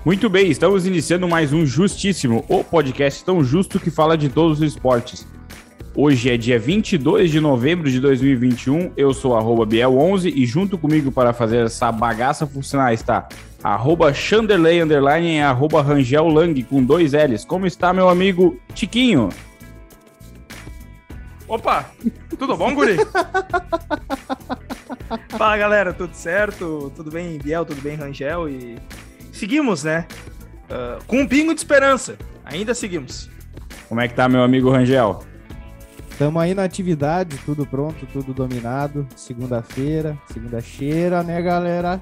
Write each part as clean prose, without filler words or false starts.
Muito bem, estamos iniciando mais um Justíssimo, o podcast tão justo que fala de todos os esportes. Hoje é dia 22 de novembro de 2021, eu sou @Biel11 e junto comigo para fazer essa bagaça funcionar está @Chanderley_ e @RangelLang com 2 L's. Como está, meu amigo Tiquinho? Opa, tudo bom, guri? Fala, galera, tudo certo? Tudo bem, Biel? Tudo bem, Rangel? E seguimos, né? Com um pingo de esperança, ainda seguimos. Como é que tá, meu amigo Rangel? Estamos aí na atividade, tudo pronto, tudo dominado. Segunda-feira, segunda cheira, né, galera?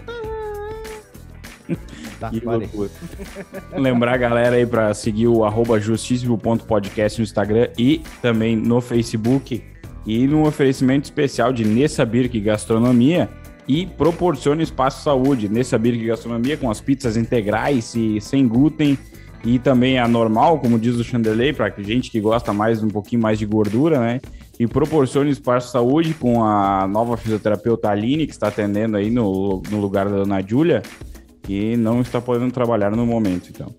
Tá, que loucura. Lembrar a galera aí para seguir o @justissimo.podcast no Instagram e também no Facebook. E num oferecimento especial de Nessa Birk Gastronomia e Proporciona Espaço Saúde. Nessa Birk Gastronomia com as pizzas integrais e sem glúten. E também a normal, como diz o Chanderley, para gente que gosta mais um pouquinho mais de gordura, né? E Proporciona Espaço Saúde com a nova fisioterapeuta Aline, que está atendendo aí no lugar da dona Júlia, que não está podendo trabalhar no momento, então.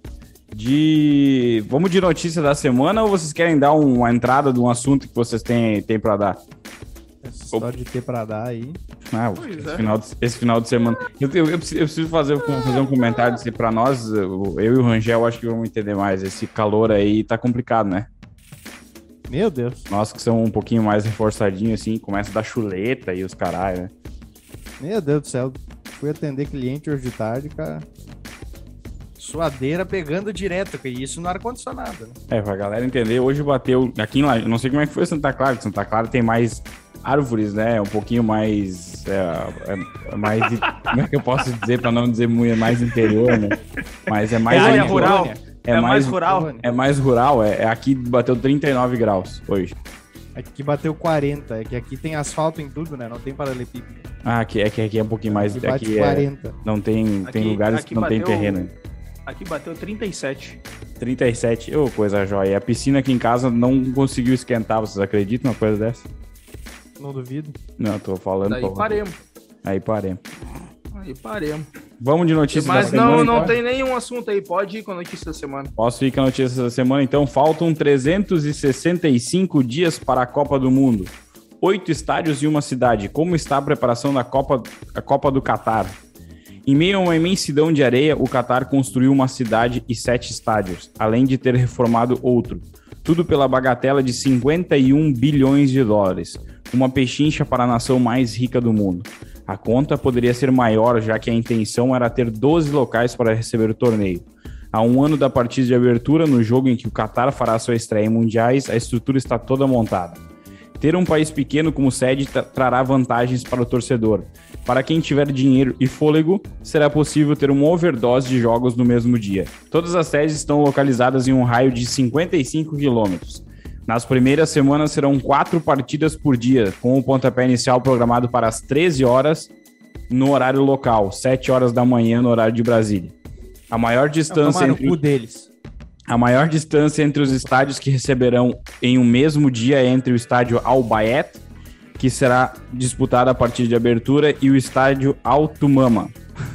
Vamos de notícia da semana ou vocês querem dar uma entrada de um assunto que vocês têm para dar? Essa história de ter para dar aí. Esse final de semana. Eu preciso fazer um comentário disso para nós. Eu e o Rangel acho que vamos entender mais. Esse calor aí tá complicado, né? Meu Deus. Nós que somos um pouquinho mais reforçadinhos, assim, começa a dar chuleta e os caralho, né? Meu Deus do céu. Fui atender cliente hoje de tarde, cara. Suadeira pegando direto, e isso no ar-condicionado, né? pra galera entender, hoje bateu aqui em eu não sei como é que foi Santa Clara, porque Santa Clara tem mais árvores, né? Um pouquinho mais. Mais. Como é que eu posso dizer para não dizer muito mais interior, né? Mas é mais. Área rural. É mais rural. É mais rural. Aqui bateu 39 graus hoje. Aqui bateu 40, é que aqui tem asfalto em tudo, né? Não tem paralelepípedo. Aqui é um pouquinho mais. Aqui 40. Não tem lugares que não tem terreno. Aqui bateu 37. 37, coisa jóia. A piscina aqui em casa não conseguiu esquentar, vocês acreditam numa coisa dessa? Não duvido. Não, tô falando. Aí paremos. Vamos de notícias da semana. Mas não tem nenhum assunto aí. Pode ir com a notícia da semana. Posso ir com a notícia da semana? Então, faltam 365 dias para a Copa do Mundo. 8 estádios e uma cidade. Como está a preparação da Copa do Catar? Em meio a uma imensidão de areia, o Catar construiu uma cidade e 7 estádios, além de ter reformado outro. Tudo pela bagatela de 51 bilhões de dólares. Uma pechincha para a nação mais rica do mundo. A conta poderia ser maior, já que a intenção era ter 12 locais para receber o torneio. Há um ano da partida de abertura, no jogo em que o Catar fará sua estreia em mundiais, a estrutura está toda montada. Ter um país pequeno como sede trará vantagens para o torcedor. Para quem tiver dinheiro e fôlego, será possível ter uma overdose de jogos no mesmo dia. Todas as sedes estão localizadas em um raio de 55 quilômetros. Nas primeiras semanas serão 4 partidas por dia, com o pontapé inicial programado para as 13 horas no horário local, 7 horas da manhã no horário de Brasília. A maior distância entre os estádios que receberão em um mesmo dia é entre o estádio Al Bayt, que será disputado a partir de abertura, e o estádio Al Tumama.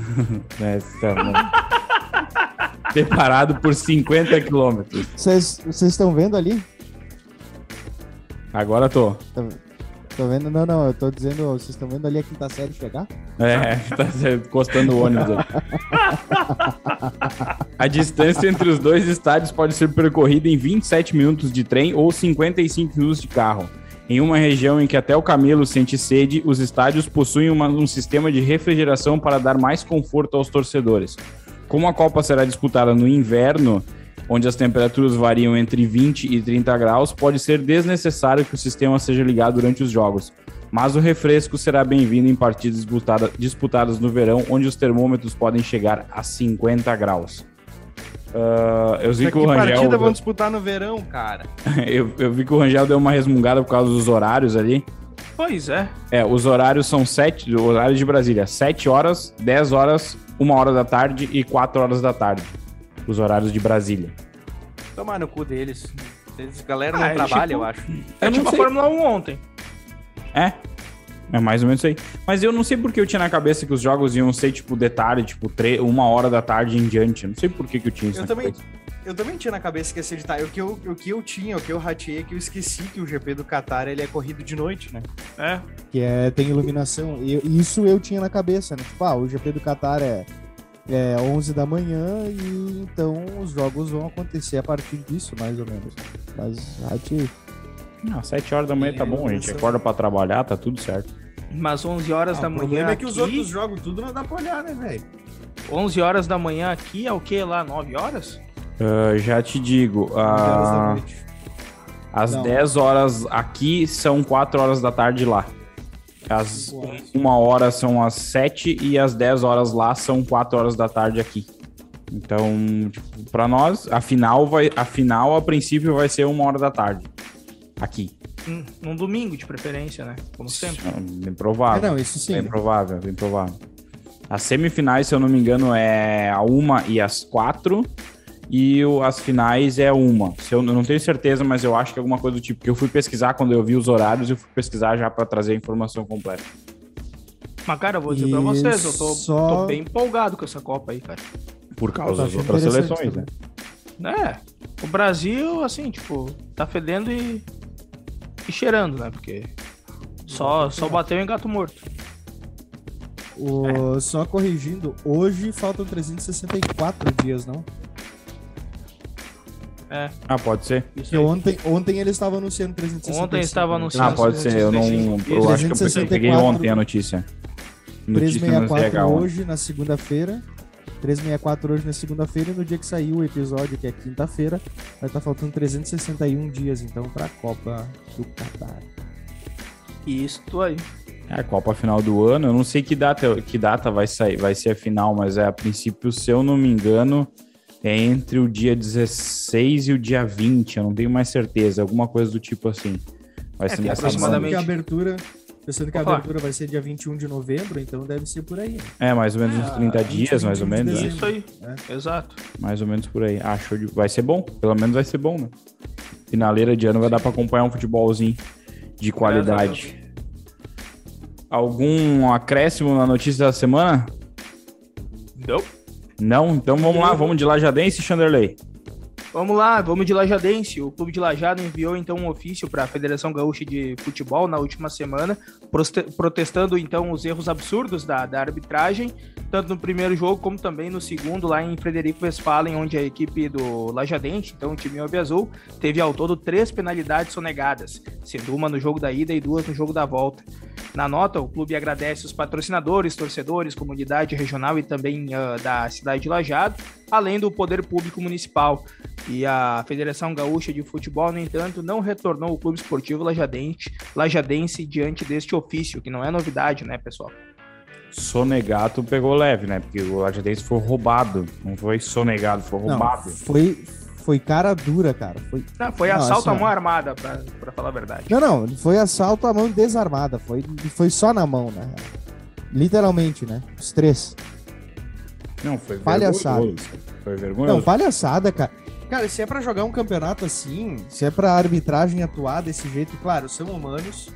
Separado por 50 quilômetros. Vocês estão vendo ali? Agora tô. Tô vendo? Não, eu tô dizendo, vocês estão vendo ali a quinta série chegar? Tá encostando o ônibus ali. A distância entre os dois estádios pode ser percorrida em 27 minutos de trem ou 55 minutos de carro. Em uma região em que até o camelo sente sede, os estádios possuem um sistema de refrigeração para dar mais conforto aos torcedores. Como a Copa será disputada no inverno, onde as temperaturas variam entre 20 e 30 graus, pode ser desnecessário que o sistema seja ligado durante os jogos. Mas o refresco será bem-vindo em partidas disputadas no verão, onde os termômetros podem chegar a 50 graus. Eu vi que o Rangel... Que partida vão disputar no verão, cara? eu vi que o Rangel deu uma resmungada por causa dos horários ali. Pois é. Os horários são 7, o horário de Brasília, 7 horas, 10 horas, 1 hora da tarde e 4 horas da tarde. Os horários de Brasília. Tomar no cu deles. Essa galera não trabalha, eu acho. Eu não tipo sei. a Fórmula 1 ontem. É mais ou menos isso aí. Mas eu não sei porque eu tinha na cabeça que os jogos iam ser, tipo, de tarde, tipo, 1h da tarde em diante. Eu não sei por que eu tinha isso Eu também tinha na cabeça que ia ser de tarde. O que eu rateei é que eu esqueci que o GP do Qatar, ele é corrido de noite, né? Que tem iluminação. Isso eu tinha na cabeça, né? Tipo, o GP do Qatar é 11 da manhã e então os jogos vão acontecer a partir disso, mais ou menos. Mas rateei. 7 horas da manhã tá bom, a gente acorda pra trabalhar, tá tudo certo. Mas 11 horas da manhã. O problema é que os outros jogos tudo não dá pra olhar, né, velho? 11 horas da manhã aqui é o que lá? 9 horas? Já te digo. Às 10 horas aqui são 4 horas da tarde lá. Às 1 hora são às 7 e às 10 horas lá são 4 horas da tarde aqui. Então, tipo, pra nós, a final a princípio vai ser 1 hora da tarde. Aqui. Num domingo, de preferência, né? Como sempre. Bem provável. Não, isso sim. Bem provável. As semifinais, se eu não me engano, é a 1 e às 4. E as finais é 1. Eu não tenho certeza, mas eu acho que é alguma coisa do tipo. Porque eu fui pesquisar quando eu vi os horários, eu fui pesquisar já pra trazer a informação completa. Mas, cara, eu vou dizer pra vocês, eu tô bem empolgado com essa Copa aí, cara. Por causa das outras seleções, né? O Brasil, assim, tipo, tá fedendo e cheirando, né? Porque só bateu em gato morto. Só corrigindo, hoje faltam 364 dias, não? Pode ser. Porque ontem eles estavam anunciando 365. Ontem estava anunciando. Pode ser, eu acho que eu peguei ontem a notícia. 364 hoje, na segunda-feira. 364 hoje na segunda-feira, e no dia que saiu o episódio, que é quinta-feira, vai estar faltando 361 dias, então, pra Copa do Qatar. Isso aí. A Copa final do ano, eu não sei que data vai ser a final, mas a princípio, se eu não me engano, é entre o dia 16 e o dia 20, eu não tenho mais certeza, alguma coisa do tipo assim. Vai ser aproximadamente. Pensando que a abertura vai ser dia 21 de novembro, então deve ser por aí. Mais ou menos uns 30 dias, mais ou menos. Isso aí, exato. Mais ou menos por aí. Vai ser bom, pelo menos vai ser bom, né? Finaleira de ano vai dar pra acompanhar um futebolzinho de qualidade. Algum acréscimo na notícia da semana? Não? Então vamos lá, vamos de Lajadense, Chanderley. Vamos lá, vamos de Lajadense. O Clube de Lajado enviou então um ofício para a Federação Gaúcha de Futebol na última semana, protestando então os erros absurdos da arbitragem, tanto no primeiro jogo como também no segundo, lá em Frederico Westphalen, onde a equipe do Lajadense, então o time Albiazul, teve ao todo 3 penalidades sonegadas, sendo uma no jogo da ida e 2 no jogo da volta. Na nota, o clube agradece os patrocinadores, torcedores, comunidade regional e também da cidade de Lajado, além do poder público municipal. E a Federação Gaúcha de Futebol, no entanto, não retornou o Clube Esportivo Lajadense diante deste ofício, que não é novidade, né, pessoal? Sonegato pegou leve, né? Porque o Lajadense foi roubado. Não foi sonegado, foi roubado. Não, foi cara dura, cara. Foi assalto à mão armada, pra falar a verdade. Não, foi assalto à mão desarmada. Foi só na mão, né? Literalmente, né? Os 3. Não, foi palhaçada. Foi vergonhoso. Não, palhaçada, cara. Cara, se é pra jogar um campeonato assim, se é pra arbitragem atuar desse jeito, claro, são humanos.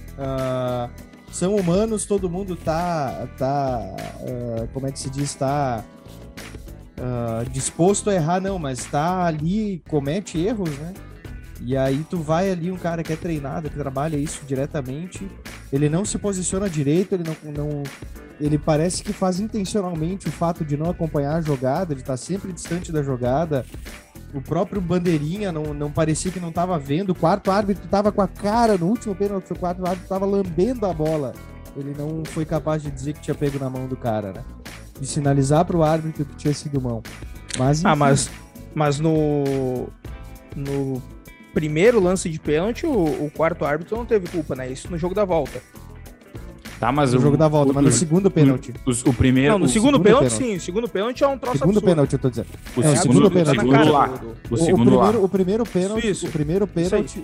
São humanos, todo mundo tá como é que se diz? Tá disposto a errar, não, mas tá ali, comete erros, né? E aí tu vai ali, um cara que é treinado, que trabalha isso diretamente, ele não se posiciona direito, ele parece que faz intencionalmente o fato de não acompanhar a jogada, de estar sempre distante da jogada. O próprio Bandeirinha não parecia que não estava vendo. O quarto árbitro estava com a cara no último pênalti. O quarto árbitro estava lambendo a bola. Ele não foi capaz de dizer que tinha pego na mão do cara, né? De sinalizar para o árbitro que tinha sido mão. Mas, enfim. Mas no primeiro lance de pênalti, o quarto árbitro não teve culpa, né? Isso no jogo da volta. Tá, mas no jogo da volta, mas no segundo pênalti. O primeiro... Não, no segundo pênalti, sim. O segundo pênalti é um troço segundo absurdo. Pênalti, eu tô dizendo. O segundo pênalti. O primeiro pênalti,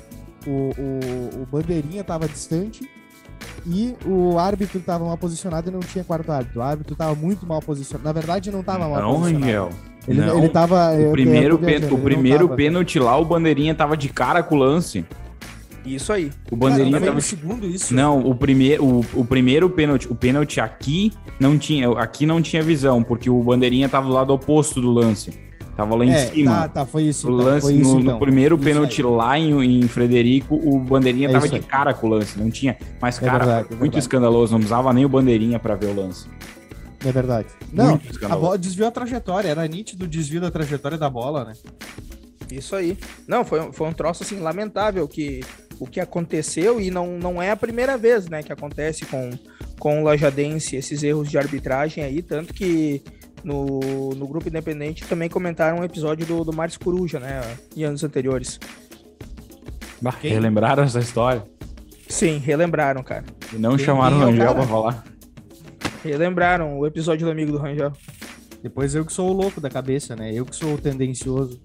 o Bandeirinha tava distante e o árbitro tava mal posicionado e não tinha quarto árbitro. O árbitro tava muito mal posicionado. Na verdade, não tava mal posicionado. Ele tava... O primeiro pênalti lá, o Bandeirinha tava de cara com o lance. Isso aí. O bandeirinha tava... segundo isso. Não, o primeiro pênalti, o pênalti aqui não tinha visão, porque o bandeirinha tava do lado oposto do lance. Tava lá em cima. Foi isso. O lance no primeiro pênalti lá em Frederico, o bandeirinha tava de cara com o lance, não tinha. Mas, cara, muito escandaloso, não usava nem o bandeirinha pra ver o lance. É verdade. Não, a bola desviou a trajetória, era nítido o desvio da trajetória da bola, né? Isso aí. Não, foi um troço, assim, lamentável o que aconteceu, e não é a primeira vez, né, que acontece com o Lajadense esses erros de arbitragem aí, tanto que no Grupo Independente também comentaram um episódio do Márcio Coruja, né, em anos anteriores. Relembraram essa história? Sim, relembraram, cara. E não chamaram o Rangel pra falar? Relembraram o episódio do amigo do Rangel. Depois eu que sou o louco da cabeça, né? Eu que sou o tendencioso.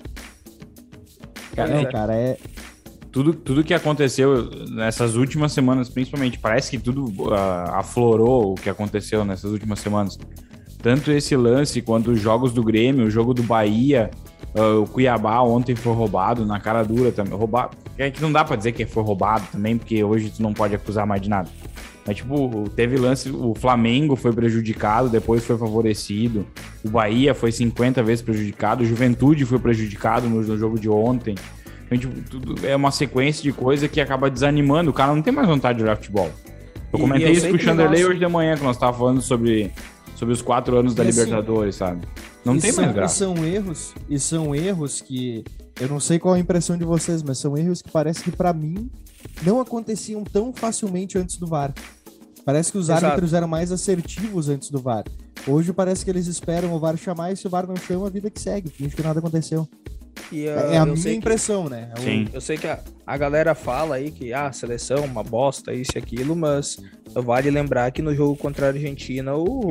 Cara, Tudo que aconteceu nessas últimas semanas, principalmente, parece que tudo aflorou o que aconteceu nessas últimas semanas. Tanto esse lance quanto os jogos do Grêmio, o jogo do Bahia, o Cuiabá ontem foi roubado na cara dura também. Roubado. É que não dá pra dizer que foi roubado também, porque hoje tu não pode acusar mais de nada. Mas, tipo, teve lance, o Flamengo foi prejudicado, depois foi favorecido. O Bahia foi 50 vezes prejudicado, o Juventude foi prejudicado no jogo de ontem. Então, tipo, tudo é uma sequência de coisa que acaba desanimando. O cara não tem mais vontade de jogar futebol. Eu comentei isso com o Chanderley hoje de manhã, que nós estávamos falando sobre os 4 anos da Libertadores, sabe? Não tem mais graça. E são erros que... Eu não sei qual a impressão de vocês, mas são erros que parece que, pra mim, não aconteciam tão facilmente antes do VAR. Parece que os árbitros eram mais assertivos antes do VAR. Hoje parece que eles esperam o VAR chamar, e se o VAR não chama, a vida que segue. Finge que nada aconteceu. É a minha impressão, né? Sim. Eu sei que a galera fala aí que a seleção uma bosta, isso e aquilo, mas vale lembrar que no jogo contra a Argentina o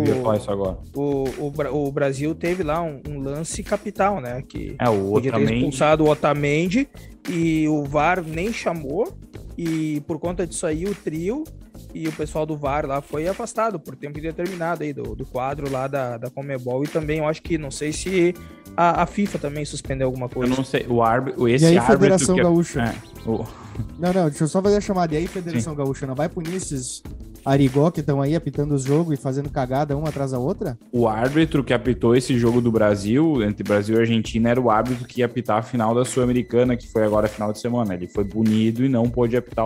Brasil teve lá um lance capital, né? Que podia ter expulsado o Otamendi, e o VAR nem chamou, e por conta disso aí o trio e o pessoal do VAR lá foi afastado por tempo indeterminado aí do quadro lá da Conmebol, e também eu acho que, não sei se a FIFA também suspendeu alguma coisa. Eu não sei, e aí, Federação Gaúcha? Não, deixa eu só fazer a chamada. E aí, Federação Gaúcha não vai punir esses arigó que estão aí apitando os jogos e fazendo cagada uma atrás da outra? O árbitro que apitou esse jogo do Brasil, entre Brasil e Argentina, era o árbitro que ia apitar a final da Sul-Americana, que foi agora final de semana. Ele foi punido e não pôde apitar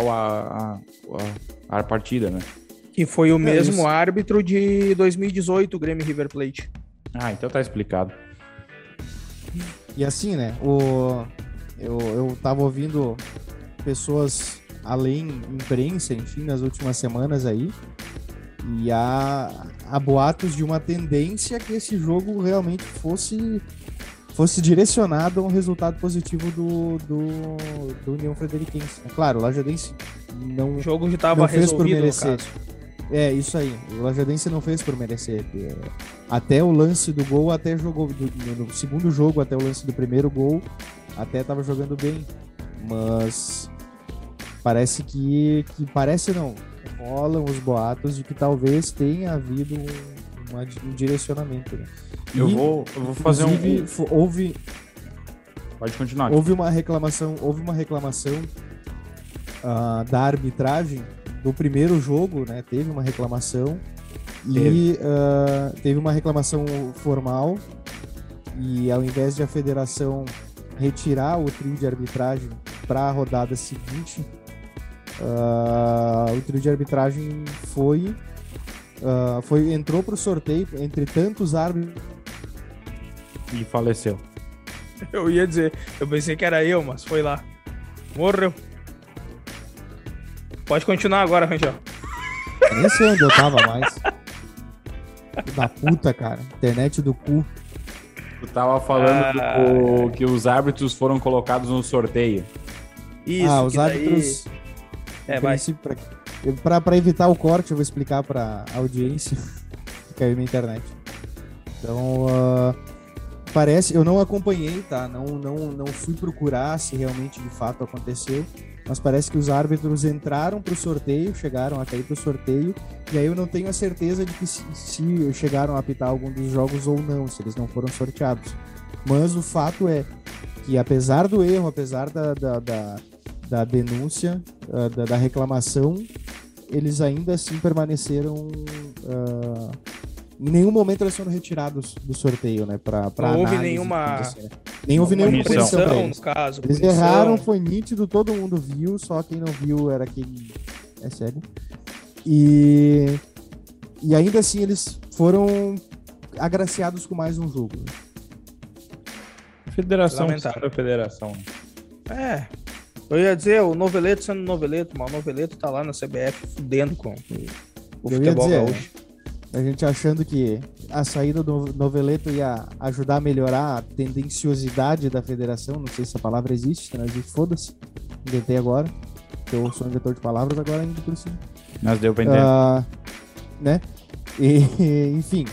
a partida, né? Que foi o mesmo árbitro de 2018, o Grêmio River Plate. Então tá explicado. E assim, né, eu tava ouvindo pessoas além imprensa, enfim, nas últimas semanas aí, e há boatos de uma tendência que esse jogo realmente fosse direcionado a um resultado positivo do União Frederiquense. É claro, o Lajadense não, o jogo já tava fez por merecer. É, isso aí. O Lajadense não fez por merecer. Até o lance do gol, até jogou no segundo jogo, até o lance do primeiro gol, até tava jogando bem. Mas parece que parece não. Rolam os boatos de que talvez tenha havido um direcionamento, né? Eu vou fazer houve... Pode continuar. Houve uma reclamação da arbitragem do primeiro jogo, né? Teve uma reclamação e teve uma reclamação formal, e ao invés de a federação retirar o trio de arbitragem para a rodada seguinte, o trio de arbitragem entrou para o sorteio entre tantos árbitros e faleceu. Eu ia dizer, eu pensei que era eu, mas foi lá. Morreu. Pode continuar agora, Rangel. Eu nem sei onde eu tava mais. Da puta, cara. Internet do cu. Tu tava falando que os árbitros foram colocados no sorteio. Isso, os árbitros... Pra evitar o corte, eu vou explicar pra audiência que caiu na internet. Então, parece... Eu não acompanhei, tá? Não fui procurar se realmente, de fato, aconteceu. Mas parece que os árbitros entraram pro sorteio, chegaram a cair pro sorteio, e aí eu não tenho a certeza de que se chegaram a apitar algum dos jogos ou não, se eles não foram sorteados. Mas o fato é que, apesar do erro, apesar da denúncia, da reclamação, eles ainda assim permaneceram... em nenhum momento eles foram retirados do sorteio, né? Não houve nenhuma... Assim, né? Nem houve nenhuma punição pra eles. No caso, eles erraram, foi nítido, todo mundo viu, só quem não viu era quem... É sério. E ainda assim eles foram agraciados com mais um jogo. Federação, federação. Eu ia dizer, o Noveleto sendo Noveleto, mas o Noveleto tá lá na CBF fudendo com o futebol gaúcho. A gente achando que a saída do Noveleto ia ajudar a melhorar a tendenciosidade da federação, não sei se a palavra existe, mas foda-se, inventei agora, porque eu sou inventor de palavras agora ainda por cima. Mas deu pra entender. Né? Enfim,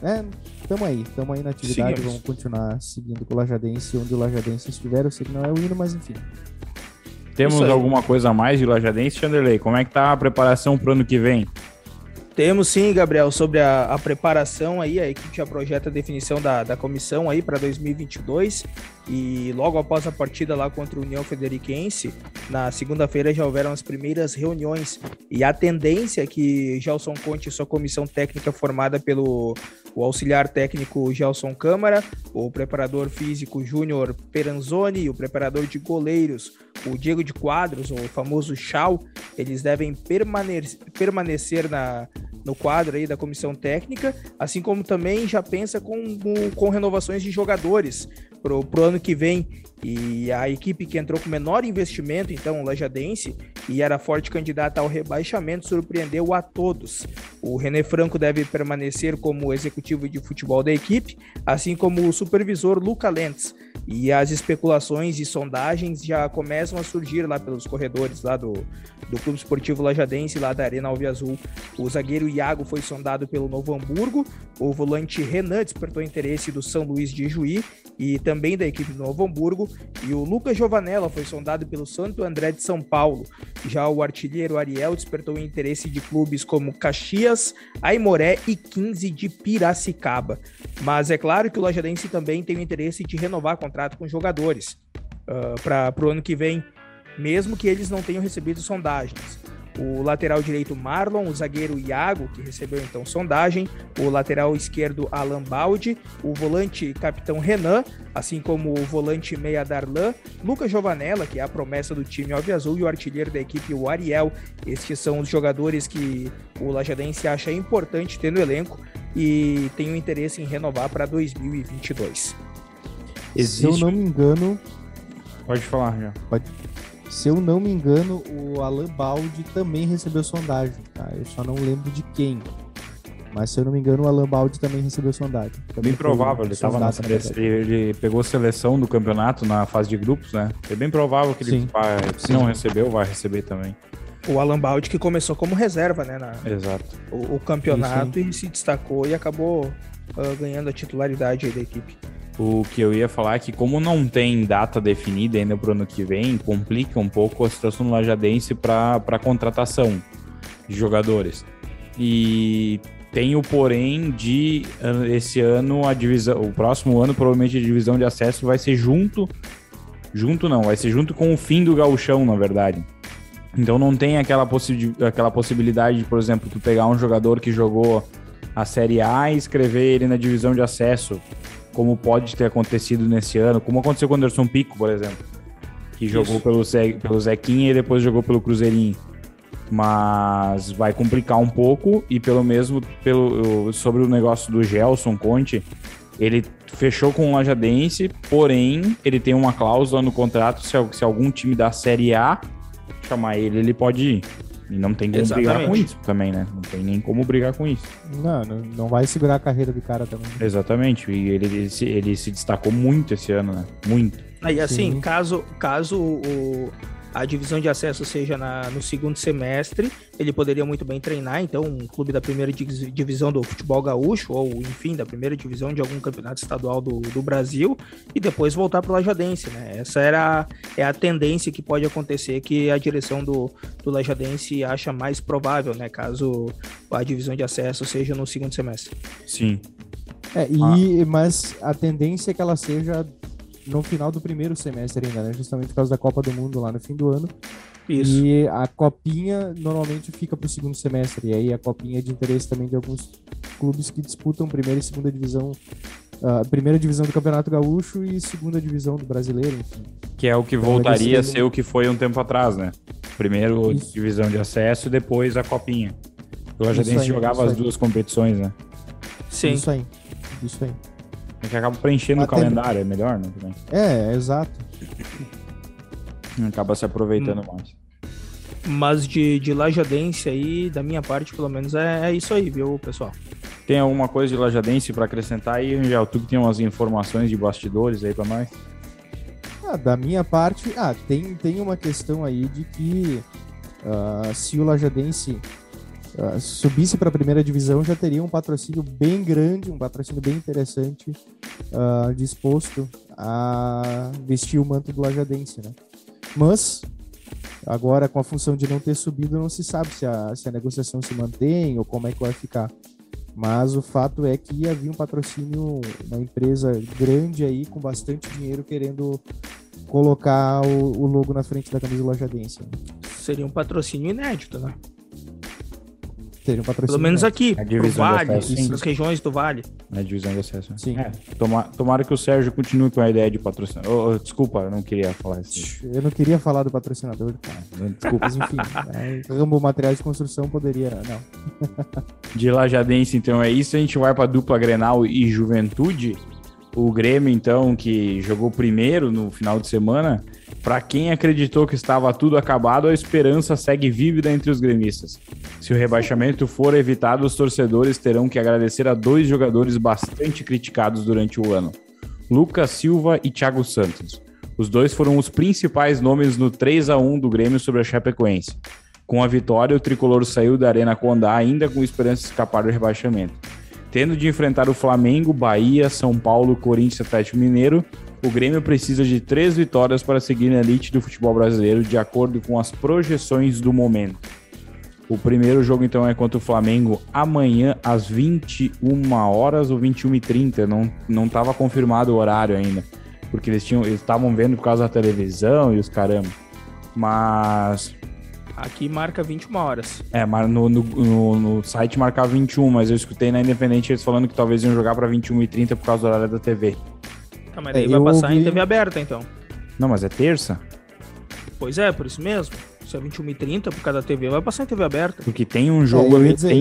Tamo aí na atividade. Seguimos. Vamos continuar seguindo com o Lajadense, onde o Lajadense estiver. Eu sei que não é o hino, mas enfim. Temos alguma coisa a mais de Lajadense, Chanderley? Como é que tá a preparação pro ano que vem? Temos sim, Gabriel, sobre a preparação aí, a equipe já projeta a definição da comissão aí para 2022 e logo após a partida lá contra o União Frederiquense, na segunda-feira já houveram as primeiras reuniões e a tendência é que Gelson Conte e sua comissão técnica formada pelo auxiliar técnico Gelson Câmara, o preparador físico Júnior Peranzoni, o preparador de goleiros, o Diego de Quadros, o famoso Chau, eles devem permanecer no quadro aí da comissão técnica, assim como também já pensa com renovações de jogadores pro ano que vem. E a equipe que entrou com menor investimento, então o Lajadense, e era forte candidata ao rebaixamento, surpreendeu a todos. O René Franco deve permanecer como executivo de futebol da equipe, assim como o supervisor Luca Lentz. E as especulações e sondagens já começam a surgir lá pelos corredores lá do Clube Esportivo Lajadense, lá da Arena Alviazul. O zagueiro Iago foi sondado pelo Novo Hamburgo, o volante Renan despertou interesse do São Luís de Juí e também da equipe do Novo Hamburgo, e o Lucas Giovanella foi sondado pelo Santo André de São Paulo. Já o artilheiro Ariel despertou interesse de clubes como Caxias, Aimoré e 15 de Piracicaba. Mas é claro que o Lajadense também tem o interesse de renovar contrato com jogadores para o ano que vem, mesmo que eles não tenham recebido sondagens. O lateral direito Marlon, o zagueiro Iago, que recebeu então sondagem, o lateral esquerdo Alan Baldi, o volante capitão Renan, assim como o volante meia Darlan, Lucas Giovanella, que é a promessa do time alviazul, e o artilheiro da equipe, o Ariel. Estes são os jogadores que o Lajadense acha importante ter no elenco e tem o interesse em renovar para 2022. Se eu não me engano... Pode falar, já. Pode. Se eu não me engano, o Alan Baldi também recebeu sondagem, tá? Eu só não lembro de quem. Mas se eu não me engano, o Alan Baldi também recebeu sondagem. Também bem provável, ele pegou seleção do campeonato na fase de grupos, né? É bem provável que ele não recebeu, vai receber também. O Alan Baldi que começou como reserva, né? Exato. O campeonato e se destacou e acabou ganhando a titularidade aí da equipe. O que eu ia falar é que, como não tem data definida ainda para o ano que vem, complica um pouco a situação do Lajadense para contratação de jogadores. E tem o porém de esse ano, a divisão, o próximo ano, provavelmente a divisão de acesso vai ser vai ser junto com o fim do gauchão, na verdade. Então não tem aquela possibilidade de, por exemplo, tu pegar um jogador que jogou a Série A e escrever ele na divisão de acesso, como pode ter acontecido nesse ano, como aconteceu com o Anderson Pico, por exemplo, que jogou pelo Zequinha e depois jogou pelo Cruzeirinho. Mas vai complicar um pouco, e sobre o negócio do Gelson Conte, ele fechou com o Lajadense, porém ele tem uma cláusula no contrato, se algum time da Série A chamar ele pode ir. E não tem como brigar com isso também, né? Não tem nem como brigar com isso. Não vai segurar a carreira do cara também. Exatamente. E ele se destacou muito esse ano, né? Muito. Aí, assim, caso a divisão de acesso seja no segundo semestre, ele poderia muito bem treinar, então, um clube da primeira divisão do futebol gaúcho, ou, enfim, da primeira divisão de algum campeonato estadual do Brasil, e depois voltar para o Lajadense, né? Essa é a tendência que pode acontecer, que a direção do Lajadense acha mais provável, né? Caso a divisão de acesso seja no segundo semestre. Sim. Mas a tendência é que ela seja no final do primeiro semestre ainda, né? Justamente por causa da Copa do Mundo lá no fim do ano. Isso. E a copinha normalmente fica para o segundo semestre. E aí a copinha é de interesse também de alguns clubes que disputam primeira e segunda divisão. Primeira divisão do Campeonato Gaúcho e segunda divisão do Brasileiro, enfim. Que é o que voltaria a ser o que foi um tempo atrás, né? Primeiro divisão de acesso e depois a copinha. O Lajadense jogava as duas competições, né? Sim. Isso aí. É que acaba preenchendo o calendário, é melhor, né? Também. Exato. Acaba se aproveitando mais. Mas de Lajadense aí, da minha parte, pelo menos, é isso aí, viu, pessoal? Tem alguma coisa de Lajadense para acrescentar aí, Angel? Tu que tem umas informações de bastidores aí para nós? Da minha parte, tem uma questão aí de que se o Lajadense subisse para a primeira divisão, já teria um patrocínio bem grande, um patrocínio bem interessante, disposto a vestir o manto do Lajadense, né? Mas agora, com a função de não ter subido, não se sabe se a negociação se mantém ou como é que vai ficar. Mas o fato é que havia um patrocínio, uma empresa grande aí, com bastante dinheiro, querendo colocar o logo na frente da camisa do Lajadense. Né? Seria um patrocínio inédito, né? Seria um patrocínio pelo menos inédito. aqui, pro Vale, nas regiões do Vale. Na divisão de acesso. Sim. Tomara que o Sérgio continue com a ideia de patrocinar. Desculpa, eu não queria falar isso. Eu não queria falar do patrocinador, cara. Desculpa. Mas enfim, ramo materiais de construção poderia... Não. De Lajadense, então, é isso. A gente vai para dupla Grenal e Juventude. O Grêmio, então, que jogou primeiro no final de semana. Para quem acreditou que estava tudo acabado, a esperança segue vívida entre os gremistas. Se o rebaixamento for evitado, os torcedores terão que agradecer a 2 jogadores bastante criticados durante o ano: Lucas Silva e Thiago Santos. Os dois foram os principais nomes no 3-1 do Grêmio sobre a Chapecoense. Com a vitória, o tricolor saiu da Arena Condá ainda com esperança de escapar do rebaixamento. Tendo de enfrentar o Flamengo, Bahia, São Paulo, Corinthians e Atlético Mineiro, o Grêmio precisa de 3 vitórias para seguir na elite do futebol brasileiro, de acordo com as projeções do momento. O primeiro jogo, então, é contra o Flamengo amanhã, às 21 horas ou 21h30. Não estava confirmado o horário ainda, porque eles estavam vendo por causa da televisão e os caramba. Mas... Aqui marca 21 horas. Mas no site marcava 21, mas eu escutei na Independente eles falando que talvez iam jogar para 21h30 por causa do horário da TV. Tá, mas daí vai passar em TV aberta, então. Não, mas é terça? Pois é, por isso mesmo. Se é 21h30 por causa da TV, vai passar em TV aberta. Porque tem um jogo...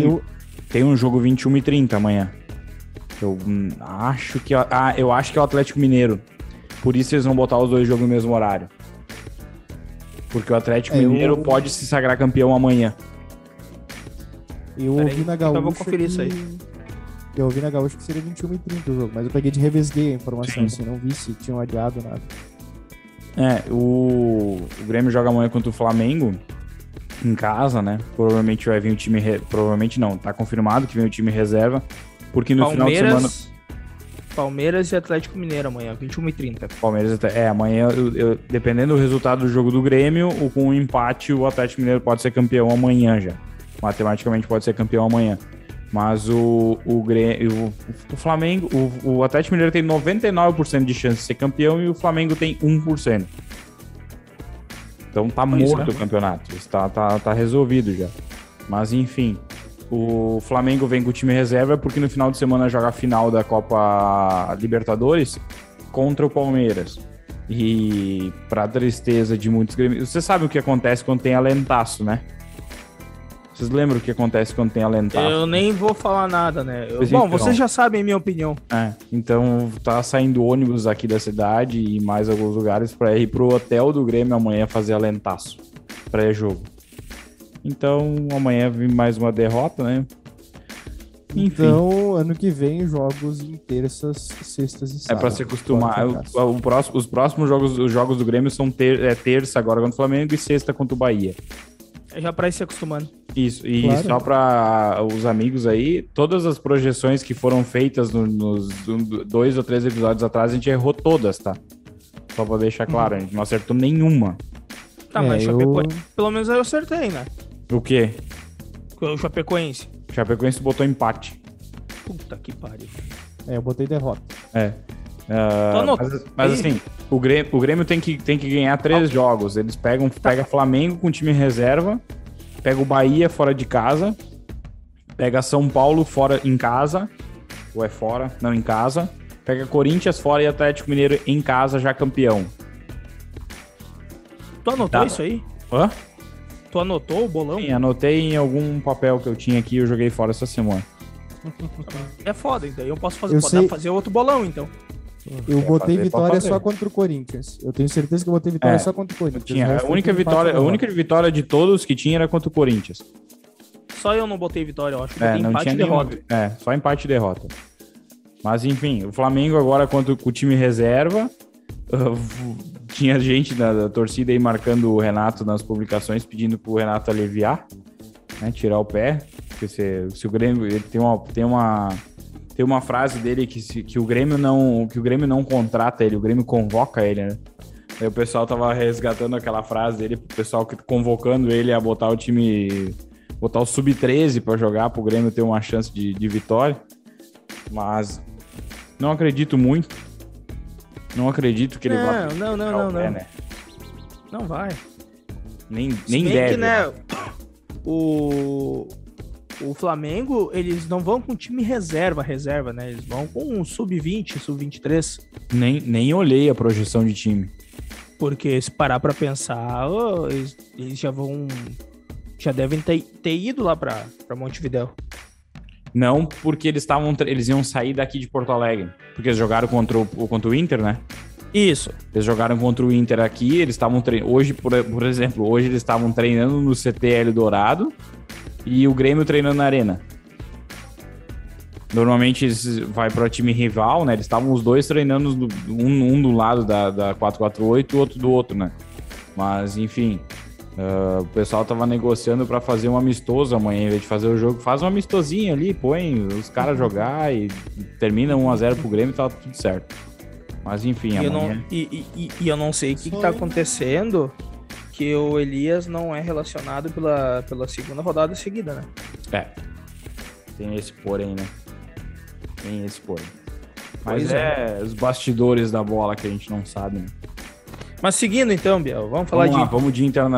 Tem um jogo 21h30 amanhã. Eu acho que é o Atlético Mineiro. Por isso eles vão botar os 2 jogos no mesmo horário. Porque o Atlético Mineiro pode se sagrar campeão amanhã. Eu ouvi na Gaúcha. Eu vou conferir isso aí. Eu ouvi na Gaúcha que seria 21h30 o jogo, mas eu peguei de revesguei a informação, assim, não vi se tinham adiado nada. O Grêmio joga amanhã contra o Flamengo em casa, né? Provavelmente vai vir o time... Provavelmente não, tá confirmado que vem o time reserva, porque no final de semana... Palmeiras e Atlético Mineiro amanhã, 21h30. Palmeiras, amanhã, dependendo do resultado do jogo do Grêmio, com um empate, o Atlético Mineiro pode ser campeão amanhã já. Matematicamente pode ser campeão amanhã. Mas o Flamengo, o Atlético Mineiro tem 99% de chance de ser campeão e o Flamengo tem 1%. Então tá morto o campeonato. Tá resolvido já. Mas enfim... O Flamengo vem com o time reserva porque no final de semana joga a final da Copa Libertadores contra o Palmeiras. E pra tristeza de muitos gremistas... Você sabe o que acontece quando tem alentaço, né? Vocês lembram o que acontece quando tem alentaço? Eu nem vou falar nada, né? Vocês já sabem a minha opinião. Então tá saindo ônibus aqui da cidade e mais alguns lugares pra ir pro hotel do Grêmio amanhã fazer alentaço. Pré-jogo. Então, amanhã vem mais uma derrota, né? Enfim. Então, ano que vem, jogos em terças, sextas e sábados. É pra se acostumar. Os próximos jogos do Grêmio são terça agora contra o Flamengo e sexta contra o Bahia. É já pra ir se acostumando. Isso, e claro. Só pra os amigos aí, todas as projeções que foram feitas nos 2 ou 3 episódios atrás, a gente errou todas, tá? Só pra deixar claro, a gente não acertou nenhuma. Tá, mas Chapecoense, pelo menos eu acertei, né? O quê? O Chapecoense. Chapecoense botou empate. Puta que pariu. Eu botei derrota. Mas assim, o Grêmio tem que ganhar 3 jogos. Eles pega Flamengo com time reserva, pega o Bahia fora de casa, pega São Paulo fora em casa, ou é fora? Não, em casa. Pega Corinthians fora e Atlético Mineiro em casa, já campeão. Tu anotou isso aí? Hã? Tu anotou o bolão? Sim, anotei em algum papel que eu tinha aqui e eu joguei fora essa semana. É foda, então eu posso fazer outro bolão, então. Eu botei vitória só contra o Corinthians. Eu tenho certeza que eu botei vitória só contra o Corinthians. A única vitória de todos que tinha era contra o Corinthians. Só eu não botei vitória, eu acho. Não empate e derrota. Só empate e derrota. Mas enfim, o Flamengo agora contra o time reserva. Tinha gente da torcida aí marcando o Renato nas publicações, pedindo pro Renato aliviar, né, tirar o pé. Porque se o Grêmio... Ele tem uma frase dele que o Grêmio não contrata ele, o Grêmio convoca ele, né? Aí o pessoal tava resgatando aquela frase dele, o pessoal convocando ele a botar o time, botar o sub-13 para jogar, pro Grêmio ter uma chance de vitória. Mas não acredito muito. Não acredito que ele vá. Não. Né? Não vai. Nem deve. Que, né, o Flamengo, eles não vão com time reserva, né? Eles vão com um sub-20, sub-23. Nem olhei a projeção de time. Porque se parar pra pensar, eles já devem ter ido lá pra Montevidéu. Não, porque eles iam sair daqui de Porto Alegre. Porque eles jogaram contra o Inter, né? Isso. Eles jogaram contra o Inter aqui, eles estavam treinando. Hoje, por exemplo, eles estavam treinando no CTL Dourado e o Grêmio treinando na Arena. Normalmente vai para o time rival, né? Eles estavam os dois treinando, um do lado da 448 e o outro do outro, né? Mas, enfim, o pessoal tava negociando para fazer um amistoso amanhã, em vez de fazer o jogo. Faz um amistosinho ali, põe os caras jogar e termina 1-0 pro Grêmio e tá tudo certo. Mas, enfim, amanhã... Eu não sei o que tá acontecendo, que o Elias não é relacionado pela segunda rodada seguida, né? Tem esse porém, né? Mas os bastidores da bola que a gente não sabe, né? Mas seguindo então, Biel, vamos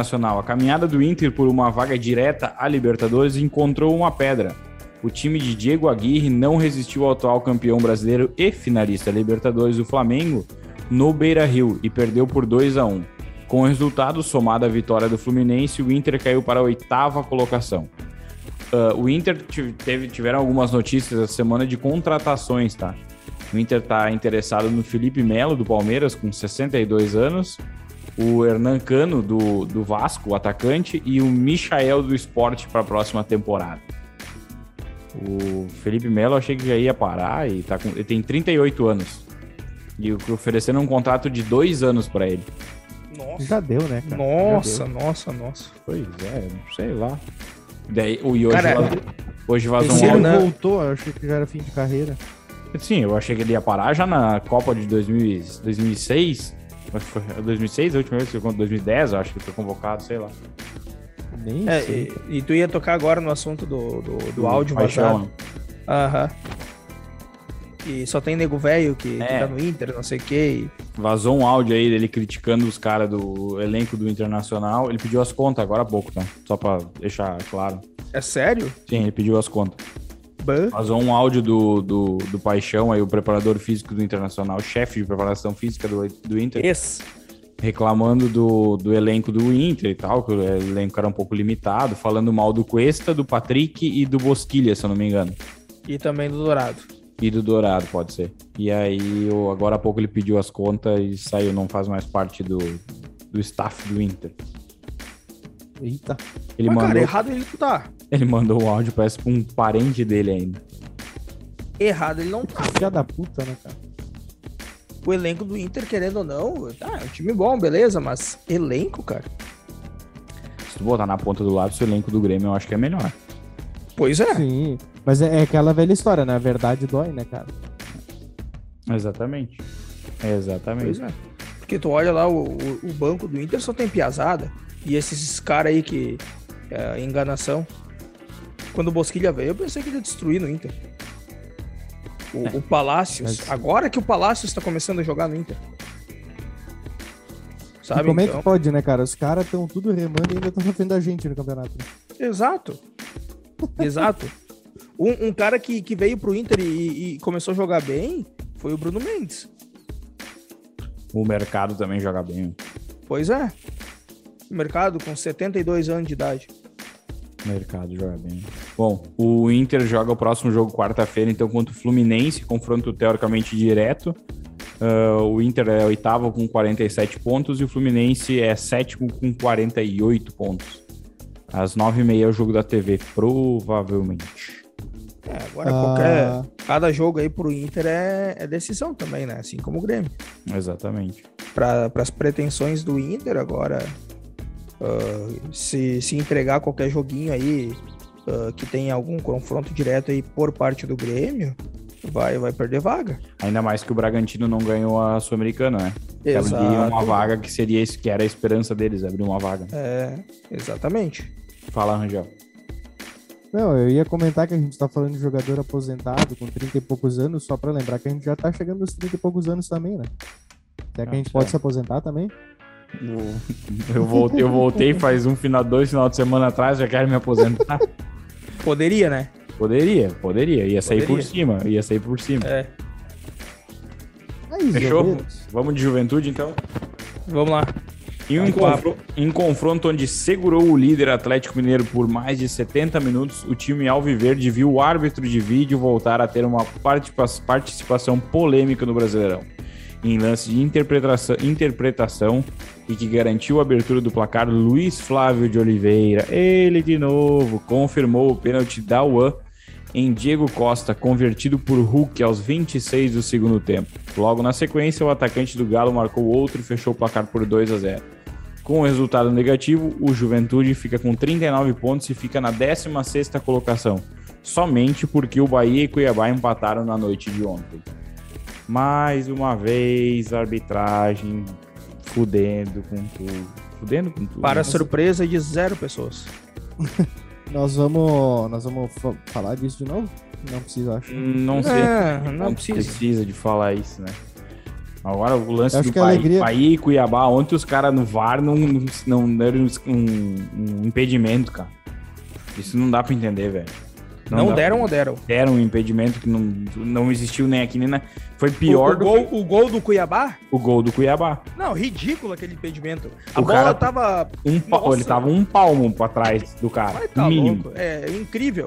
Nossa. Já deu, né, cara? Nossa. Pois é, sei lá. Daí, hoje vazou um áudio. Ele voltou, eu achei que já era fim de carreira. Sim, eu achei que ele ia parar já na Copa de 2006. 2006, a última vez que foi contra 2010, eu acho que foi convocado, sei lá. Nem sei. E tu ia tocar agora no assunto do áudio vazado. Aham. E só tem nego velho que tá no Inter, não sei o quê. Vazou um áudio aí dele criticando os caras do elenco do Internacional. Ele pediu as contas agora há pouco, tá? Só pra deixar claro. É sério? Sim, ele pediu as contas. Vazou um áudio do Paixão, aí, o preparador físico do Internacional, chefe de preparação física do Inter. Reclamando do elenco do Inter e tal, que o elenco era um pouco limitado, falando mal do Cuesta, do Patrick e do Bosquilha, se eu não me engano. E também do Dourado. E do Dourado, pode ser. E aí, agora há pouco ele pediu as contas e saiu, não faz mais parte do staff do Inter. Eita. Cara, errado ele não tá. Ele mandou um áudio, parece pra um parente dele ainda. Errado ele não tá. Filha da puta, né, cara? O elenco do Inter, querendo ou não, é um time bom, beleza, mas elenco, cara? Se tu botar na ponta do lápis, o elenco do Grêmio eu acho que é melhor. Pois é. Sim, mas é aquela velha história, né? A verdade dói, né, cara? Exatamente. Pois é. Porque tu olha lá, o banco do Inter só tem piazada. E esses caras aí que... enganação. Quando o Bosquilha veio, eu pensei que ele ia destruir no Inter. O Palácios. Agora que o Palácios tá começando a jogar no Inter. Sabe, como é que pode, né, cara? Os caras estão tudo remando e ainda estão na frente da gente no campeonato. Exato. Um cara que veio pro Inter e começou a jogar bem foi o Bruno Mendes. O mercado também joga bem. Pois é. O mercado com 72 anos de idade. O mercado joga bem. Bom, o Inter joga o próximo jogo quarta-feira, então, contra o Fluminense, confronto teoricamente direto. O Inter é oitavo com 47 pontos e o Fluminense é sétimo com 48 pontos. Às 9h30 é o jogo da TV, provavelmente. Agora cada jogo aí pro Inter é decisão também, né? Assim como o Grêmio. Exatamente. Para as pretensões do Inter agora, se entregar qualquer joguinho aí que tenha algum confronto direto aí por parte do Grêmio, vai perder vaga. Ainda mais que o Bragantino não ganhou a Sul-Americana, né? Exato. Abriria uma vaga que era a esperança deles, abrir uma vaga. Exatamente. Fala, Rangel. Não, eu ia comentar que a gente tá falando de jogador aposentado com 30 e poucos anos, só pra lembrar que a gente já tá chegando nos 30 e poucos anos também, né? Será que a gente pode se aposentar também? Eu voltei faz 2 final de semana atrás, já quero me aposentar. Poderia, né? Poderia. Ia sair por cima. Fechou? Vamos de Juventude, então? Vamos lá. Em confronto onde segurou o líder Atlético Mineiro por mais de 70 minutos, o time alviverde viu o árbitro de vídeo voltar a ter uma participação polêmica no Brasileirão. Em lance de interpretação e que garantiu a abertura do placar, Luiz Flávio de Oliveira, ele de novo, confirmou o pênalti da UAN em Diego Costa, convertido por Hulk aos 26 do segundo tempo. Logo na sequência, o atacante do Galo marcou outro e fechou o placar por 2-0. Com o resultado negativo, o Juventude fica com 39 pontos e fica na 16ª colocação, somente porque o Bahia e Cuiabá empataram na noite de ontem. Mais uma vez, a arbitragem fudendo com tudo. Para surpresa de 0 pessoas. Nós vamos falar disso de novo? Não precisa, acho. Não sei. Não precisa de falar isso, né? Agora o lance acho do Bahia e Cuiabá, ontem os caras no VAR não deram um impedimento, cara. Isso não dá pra entender, velho. Não deram ou deram? Deram um impedimento que não existiu nem aqui nem na... Foi pior o gol do Cuiabá? O gol do Cuiabá. Não, ridículo aquele impedimento. A bola tava... Ele tava um palmo pra trás do cara. Mas tá mínimo. Louco. É incrível.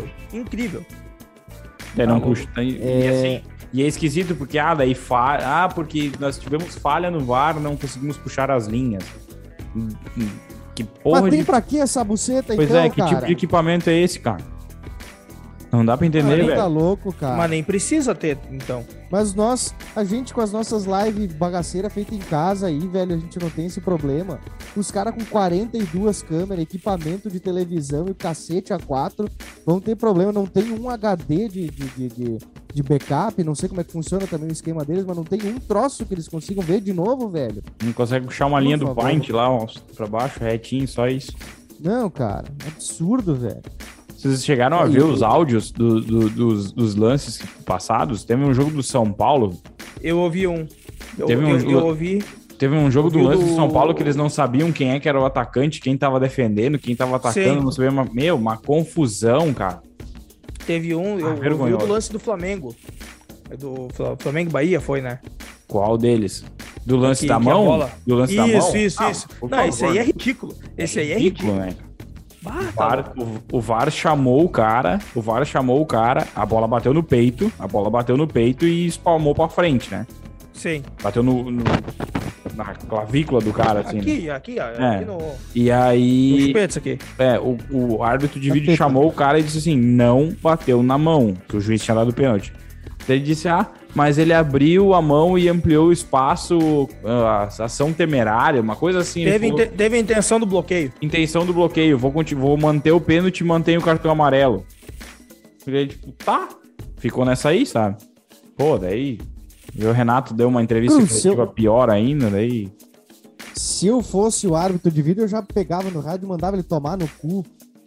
Não custa. E é esquisito porque, daí porque nós tivemos falha no VAR, não conseguimos puxar as linhas. Que porra. Mas tem pra que essa buceta, pois então, que tipo de equipamento é esse, cara? Não dá pra entender, velho. Tá louco, cara. Mas nem precisa ter, então. Mas a gente com as nossas lives bagaceiras feitas em casa aí, velho, a gente não tem esse problema. Os caras com 42 câmeras, equipamento de televisão e cacete A4 vão ter problema. Não tem um HD de backup, não sei como é que funciona também o esquema deles, mas não tem um troço que eles consigam ver de novo, velho. Não consegue puxar uma linha do Paint lá, pra baixo, retinho, só isso. Não, cara, é absurdo, velho. Vocês chegaram a ver os áudios dos lances passados? Teve um jogo do São Paulo. Eu ouvi um. Teve um jogo do lance do São Paulo que eles não sabiam quem é que era o atacante, quem tava defendendo, quem tava atacando, não sabia. Uma confusão, cara. Teve um, eu vi o do lance do Flamengo. Do Flamengo Bahia, foi, né? Qual deles? Do lance da mão? Do lance da mão? Isso. Não, esse aí é ridículo. Esse aí é ridículo, né? O VAR chamou o cara, a bola bateu no peito e espalmou pra frente, né? Sim. Bateu na clavícula do cara, assim. Aqui no... E aí... No chupete, aqui. O árbitro de vídeo chamou o cara e disse assim, não bateu na mão, que o juiz tinha dado o pênalti. Ele disse, mas ele abriu a mão e ampliou o espaço, ação temerária, uma coisa assim. Teve a intenção do bloqueio. Intenção do bloqueio, vou manter o pênalti e manter o cartão amarelo. Ele, tipo, tá. Ficou nessa aí, sabe? Pô, daí... E o Renato deu uma entrevista coletiva pior ainda, daí... Se eu fosse o árbitro de vídeo, eu já pegava no rádio e mandava ele tomar no cu.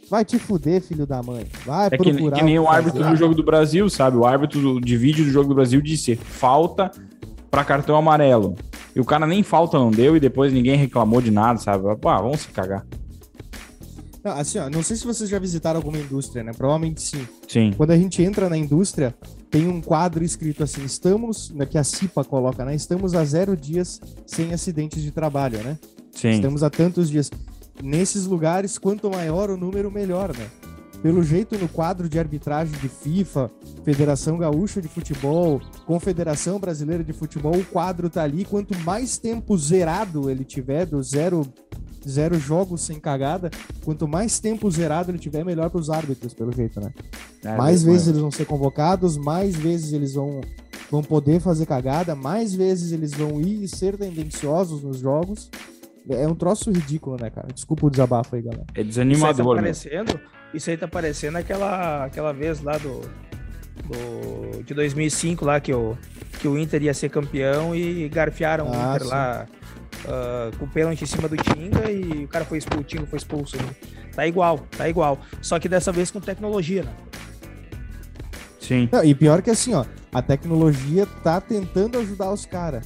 Vai te fuder, filho da mãe. Vai procurar. Que nem o árbitro do Jogo do Brasil, sabe? O árbitro de vídeo do Jogo do Brasil disse falta pra cartão amarelo. E o cara nem falta não deu e depois ninguém reclamou de nada, sabe? Vamos se cagar. Não, assim, ó, não sei se vocês já visitaram alguma indústria, né? Provavelmente sim. Sim. Quando a gente entra na indústria, tem um quadro escrito assim, que a CIPA coloca, né? Estamos a 0 dias sem acidentes de trabalho, né? Sim. Estamos a tantos dias. Nesses lugares, quanto maior o número, melhor, né? Pelo jeito, no quadro de arbitragem de FIFA, Federação Gaúcha de Futebol, Confederação Brasileira de Futebol, o quadro tá ali. Quanto mais tempo zerado ele tiver, do zero jogos sem cagada, quanto mais tempo zerado ele tiver, melhor para os árbitros, pelo jeito, né? Mais vezes eles vão ser convocados, mais vezes eles vão poder fazer cagada, mais vezes eles vão ir e ser tendenciosos nos jogos. É um troço ridículo, né, cara? Desculpa o desabafo aí, galera. É desanimador, Isso aí tá parecendo aquela vez lá de 2005 lá que o Inter ia ser campeão e garfiaram o Inter sim. Lá com o pênalti em cima do Tinga e o cara foi expulso. Né? Tá igual. Só que dessa vez com tecnologia, né? Sim. Não, e pior que assim, ó, a tecnologia tá tentando ajudar os caras.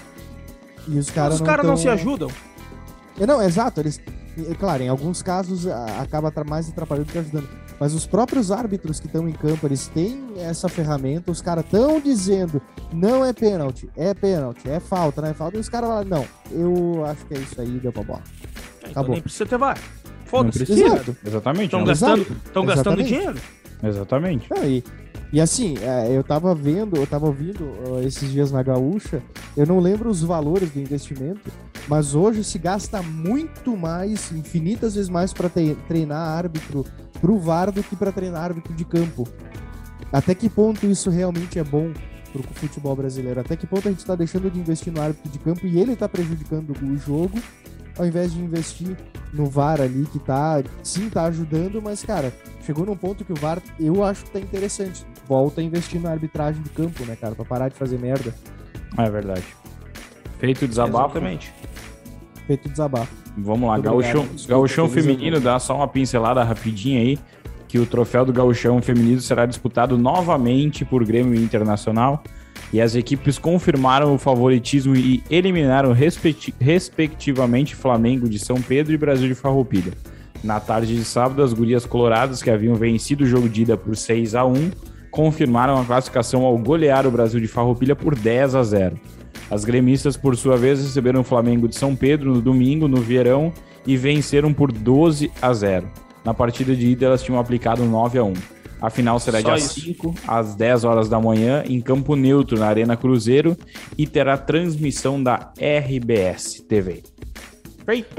E os caras não se ajudam. Não, exato, eles, claro, em alguns casos acaba mais atrapalhando do que ajudando, mas os próprios árbitros que estão em campo, eles têm essa ferramenta, os caras estão dizendo, não é pênalti, é falta, não é falta, e os caras falam, não, eu acho que é isso aí, deu pra bola. Acabou. Então nem precisa ter VAR. Foda-se. Exatamente. Estão gastando dinheiro. Exatamente. E assim, eu tava ouvindo esses dias na Gaúcha, eu não lembro os valores do investimento, mas hoje se gasta muito mais, infinitas vezes mais para treinar árbitro pro VAR do que para treinar árbitro de campo. Até que ponto isso realmente é bom pro futebol brasileiro? Até que ponto a gente tá deixando de investir no árbitro de campo e ele tá prejudicando o jogo, ao invés de investir no VAR ali, que tá ajudando, mas, cara, chegou num ponto que o VAR, eu acho que tá interessante. Volta a investir na arbitragem de campo, né, cara, pra parar de fazer merda. É verdade. Feito o desabafo. Exatamente. Feito o desabafo. Vamos lá, Gauchão feminino, dá só uma pincelada rapidinha aí, que o troféu do Gauchão feminino será disputado novamente por Grêmio Internacional. E as equipes confirmaram o favoritismo e eliminaram respectivamente Flamengo de São Pedro e Brasil de Farroupilha. Na tarde de sábado, as gurias coloradas, que haviam vencido o jogo de ida por 6-1, confirmaram a classificação ao golear o Brasil de Farroupilha por 10-0. As gremistas, por sua vez, receberam o Flamengo de São Pedro no domingo, no Verão, e venceram por 12-0. Na partida de ida, elas tinham aplicado 9-1. A final será dia 5, às 10 horas da manhã, em Campo Neutro, na Arena Cruzeiro, e terá transmissão da RBS TV. Feito!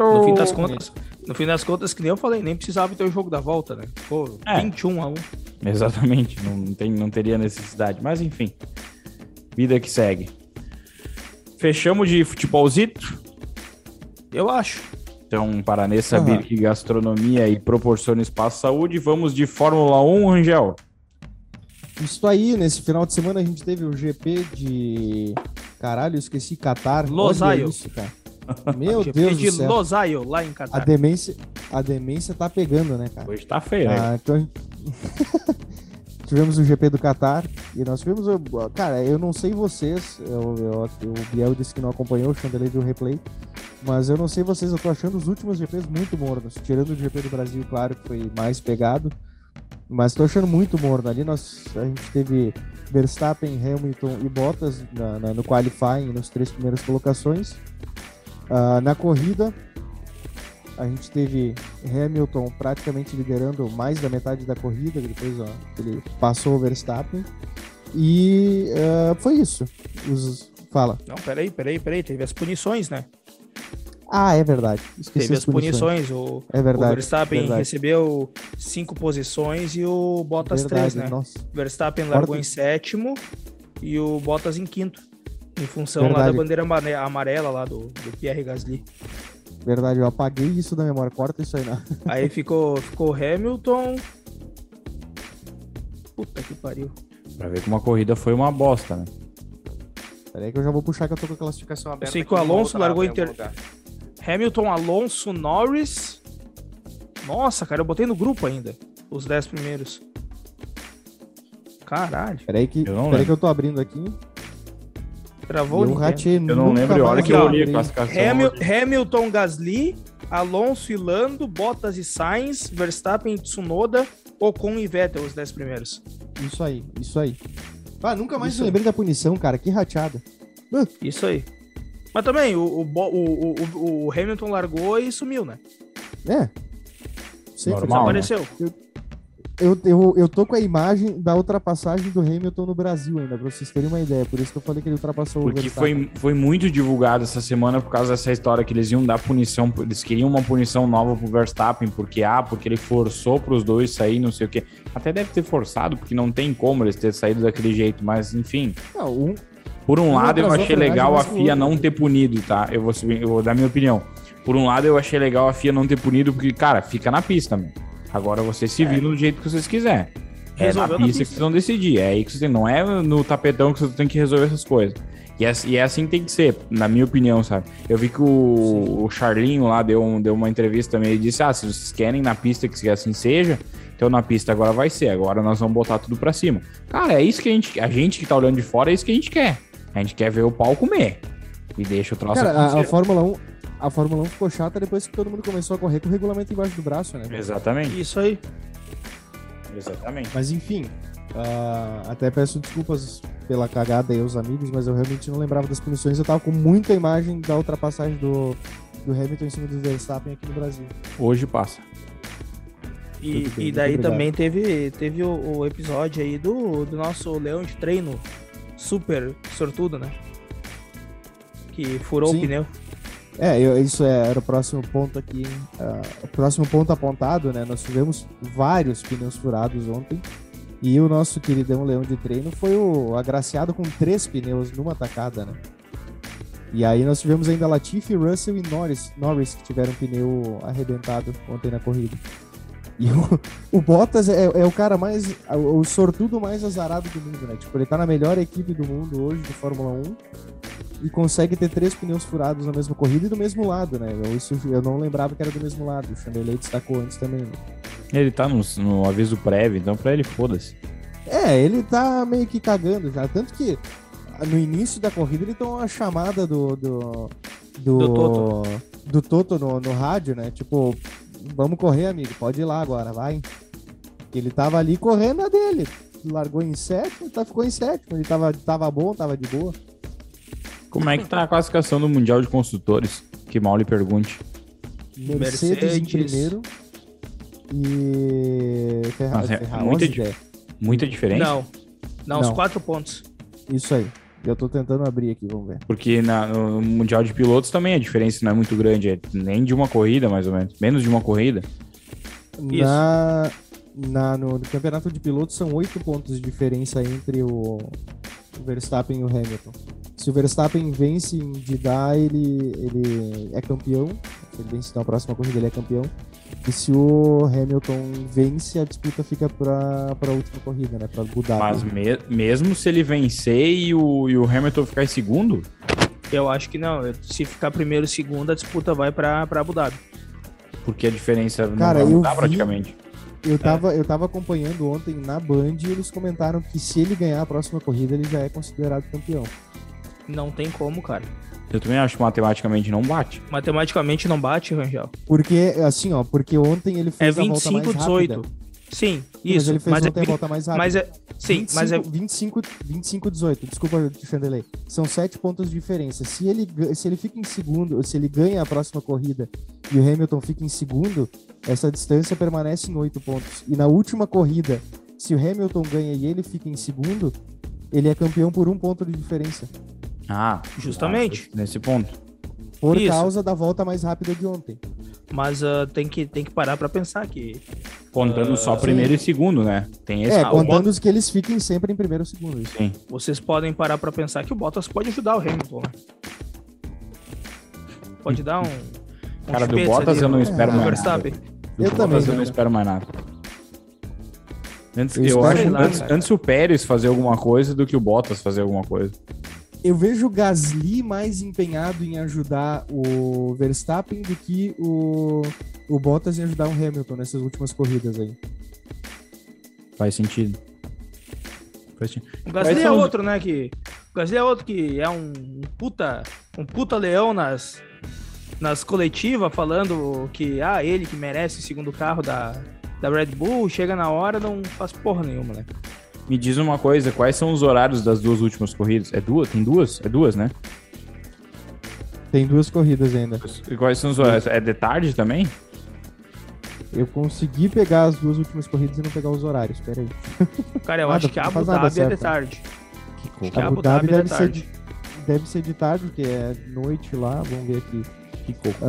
No fim das contas, que nem eu falei, nem precisava ter o jogo da volta, né? Ficou 21-1. Exatamente, não teria necessidade. Mas, enfim, vida que segue. Fechamos de futebolzito? Eu acho. Então, para saber que gastronomia e proporciona espaço à saúde, vamos de Fórmula 1, Rangel. Isso aí, nesse final de semana a gente teve o GP de... Caralho, eu esqueci, Qatar. Losail. Isso, cara. Meu Deus do céu. Losail, lá em Qatar. A demência tá pegando, né, cara? Hoje tá feio, né? Então... Tivemos o GP do Qatar e nós tivemos... Cara, eu não sei vocês, o Biel disse que não acompanhou, o Chandelei viu o replay, mas eu não sei vocês, eu tô achando os últimos GPs muito mornos, tirando o GP do Brasil, claro, que foi mais pegado, mas tô achando muito morno. Ali a gente teve Verstappen, Hamilton e Bottas no qualifying, nas 3 primeiras colocações. Na corrida, a gente teve Hamilton praticamente liderando mais da metade da corrida, depois ele passou o Verstappen, e foi isso. Fala. Não, peraí, teve as punições, né? Ah, é verdade. Esqueci teve as punições. O Verstappen recebeu 5 posições e o Bottas 3, né? Nossa. Verstappen largou em 7º e o Bottas em 5º, em função lá da bandeira amarela lá do Pierre Gasly. Verdade, eu apaguei isso da memória, corta isso aí, não. Aí ficou Hamilton. Puta que pariu. Pra ver como a corrida foi uma bosta, né? Peraí que eu já vou puxar que eu tô com a classificação aberta. Eu sei que o Alonso largou Hamilton, Alonso, Norris Nossa, cara, eu botei no grupo ainda. Os 10 primeiros. Caralho. Peraí que eu tô abrindo aqui. Travou o Ratier. Eu não lembro a hora que eu olhei a classificação. Hamilton, Gasly, Alonso e Lando, Bottas e Sainz, Verstappen e Tsunoda, Ocon e Vettel, os 10 primeiros. Isso aí. Ah, nunca mais me lembrei da punição, cara. Que rateada. Isso aí. Mas também, o Hamilton largou e sumiu, né? Sempre desapareceu. Eu tô com a imagem da ultrapassagem do Hamilton no Brasil ainda, pra vocês terem uma ideia. Por isso que eu falei que ele ultrapassou o Verstappen. Porque foi muito divulgado essa semana por causa dessa história que eles iam dar punição, eles queriam uma punição nova pro Verstappen, porque ele forçou pros dois sair, não sei o quê. Até deve ter forçado, porque não tem como eles terem saído daquele jeito, mas enfim. Por um lado, eu achei legal a FIA não ter punido, tá? Eu vou dar minha opinião. Por um lado, eu achei legal a FIA não ter punido, porque, cara, fica na pista, meu. Agora vocês se viram do jeito que vocês quiserem. É na pista que vocês vão decidir. É aí que vocês não é no tapetão que vocês têm que resolver essas coisas. E é assim que tem que ser, na minha opinião, sabe? Eu vi que o Charlinho lá deu uma entrevista também. Ele disse: se vocês querem na pista que assim seja, então na pista agora vai ser. Agora nós vamos botar tudo pra cima. Cara, é isso que a gente que tá olhando de fora, é isso que a gente quer. A gente quer ver o pau comer. E deixa o troço acontecer. A Fórmula 1 ficou chata depois que todo mundo começou a correr com o regulamento embaixo do braço, né? Exatamente. Isso aí. Exatamente. Mas enfim, até peço desculpas pela cagada aí aos amigos, mas eu realmente não lembrava das punições. Eu tava com muita imagem da ultrapassagem do Hamilton em cima do Verstappen aqui no Brasil. Hoje passa. E daí também teve o episódio aí do nosso leão de treino super sortudo, né? Que furou o pneu. Isso era o próximo ponto aqui. O próximo ponto apontado, né? Nós tivemos vários pneus furados ontem. E o nosso queridão leão de treino foi o agraciado com 3 pneus numa tacada, né? E aí nós tivemos ainda Latifi, Russell e Norris que tiveram pneu arrebentado ontem na corrida. E o Bottas é o cara o sortudo mais azarado do mundo, né? Tipo, ele tá na melhor equipe do mundo hoje de Fórmula 1 e consegue ter 3 pneus furados na mesma corrida e do mesmo lado, né? Eu não lembrava que era do mesmo lado. O Chandelay destacou antes também, né? Ele tá no aviso prévio, então pra ele foda-se. Ele tá meio que cagando já. Tanto que no início da corrida ele tomou uma chamada do Toto no rádio, né? Tipo, vamos correr, amigo, pode ir lá agora, vai. Ele tava ali correndo a dele. Largou em 7º, ficou em 7º. Ele tava bom, tava de boa. Como é que tá a classificação do Mundial de Construtores? Que mal lhe pergunte. Mercedes em primeiro. E Ferrari. Muita diferença? Não, os 4 pontos. Isso aí. Eu tô tentando abrir aqui, vamos ver. Porque no Mundial de Pilotos também a diferença não é muito grande. É nem de uma corrida, mais ou menos. Menos de uma corrida. No campeonato de pilotos são 8 pontos de diferença entre o Verstappen e o Hamilton. Se o Verstappen vence em Jeddah, ele é campeão. Se ele vence na próxima corrida, ele é campeão. E se o Hamilton vence, a disputa fica para a última corrida, né? Para Abu Dhabi. Mas mesmo se ele vencer e o Hamilton ficar em segundo? Eu acho que não. Se ficar primeiro e segundo, a disputa vai para Abu Dhabi. Porque a diferença não vai mudar praticamente. Eu tava acompanhando ontem na Band e eles comentaram que se ele ganhar a próxima corrida, ele já é considerado campeão. Não tem como, cara. Eu também acho que matematicamente não bate. Matematicamente não bate, Rangel. Porque, assim, porque ontem ele fez a volta mais rápida. 25-18. Sim, isso. Mas ele fez ontem a volta mais rápida. Sim, 25-18. Desculpa, Chandelay. São 7 pontos de diferença. Se ele fica em segundo, se ele ganha a próxima corrida e o Hamilton fica em segundo, essa distância permanece em 8 pontos. E na última corrida, se o Hamilton ganha e ele fica em segundo, ele é campeão por 1 ponto de diferença. Justamente. Nesse ponto. Por causa da volta mais rápida de ontem. Mas tem que parar pra pensar que... Contando só primeiro e segundo, né? Tem esse contando que eles fiquem sempre em primeiro e segundo. Isso. Sim. Vocês podem parar pra pensar que o Bottas pode ajudar o Hamilton, né? Pode dar um cara, do Bottas eu não espero mais nada. Eu também. Eu não espero mais nada. Antes o Pérez fazer alguma coisa do que o Bottas fazer alguma coisa. Eu vejo o Gasly mais empenhado em ajudar o Verstappen do que o Bottas ia ajudar o Hamilton nessas últimas corridas aí. Faz sentido. O Gasly é outro, né? O Gasly é outro que é um puta leão nas coletivas, falando que ele que merece o segundo carro da Red Bull, chega na hora, não faz porra nenhuma, né? Me diz uma coisa, quais são os horários das 2 últimas corridas? Tem duas? É 2, né? Tem 2 corridas ainda. E quais são os horários? É de tarde também? Eu consegui pegar as 2 últimas corridas e não pegar os horários, peraí. Cara, eu acho que a Abu Dhabi é de tarde. A Abu Dhabi deve ser de tarde, porque é noite lá, vamos ver aqui. Que cocô.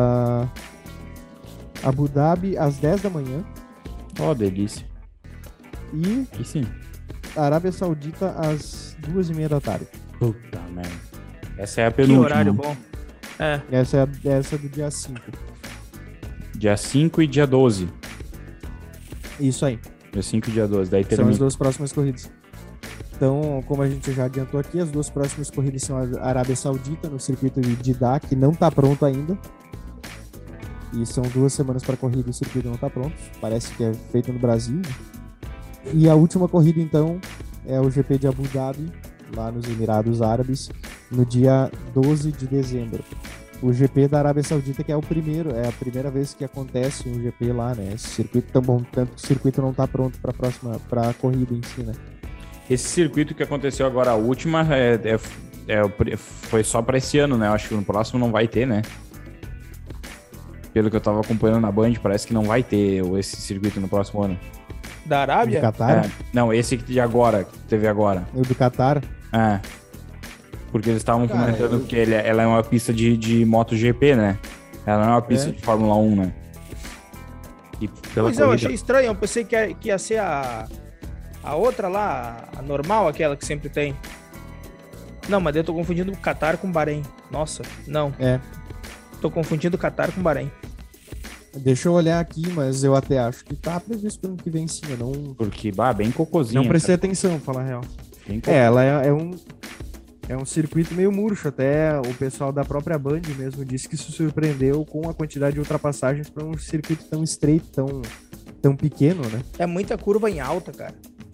Abu Dhabi às 10 da manhã. Delícia. E sim. Arábia Saudita às 2h30 da tarde. Puta merda. Essa é a penúltima. Que horário bom. Essa é do dia 5. Dia 5 e dia 12. Isso aí. Dia 5 e dia 12. Daí termina. São as 2 próximas corridas. Então, como a gente já adiantou aqui, as 2 próximas corridas são a Arábia Saudita, no circuito de Jeddah, que não está pronto ainda. E são 2 semanas para a corrida e o circuito não está pronto. Parece que é feito no Brasil. E a última corrida, então, é o GP de Abu Dhabi, lá nos Emirados Árabes, no dia 12 de dezembro. O GP da Arábia Saudita, que é a primeira vez que acontece um GP lá, né? Esse circuito tão bom, tanto que o circuito não está pronto para a corrida em si, né? Esse circuito que aconteceu agora, a última, foi só para esse ano, né? Eu acho que no próximo não vai ter, né? Pelo que eu tava acompanhando na Band, parece que não vai ter esse circuito no próximo ano. Da Arábia? Do Catar? Não, esse de agora, que teve agora. O do Catar? Porque eles estavam comentando que ela é uma pista de MotoGP, né? Ela não é uma pista de Fórmula 1, né? E pois eu achei estranho, eu pensei que ia ser a outra lá, a normal, aquela que sempre tem. Não, mas eu tô confundindo o Catar com o Bahrein. Nossa, não. Tô confundindo o Catar com o Bahrein. Deixa eu olhar aqui, mas eu até acho que tá previsto pro ano que vem sim, não... Porque, bem cocôzinho. Não prestei atenção, pra falar a real. Ela é um circuito meio murcho, até o pessoal da própria Band mesmo disse que se surpreendeu com a quantidade de ultrapassagens para um circuito tão estreito, tão pequeno, né? É muita curva em alta, cara.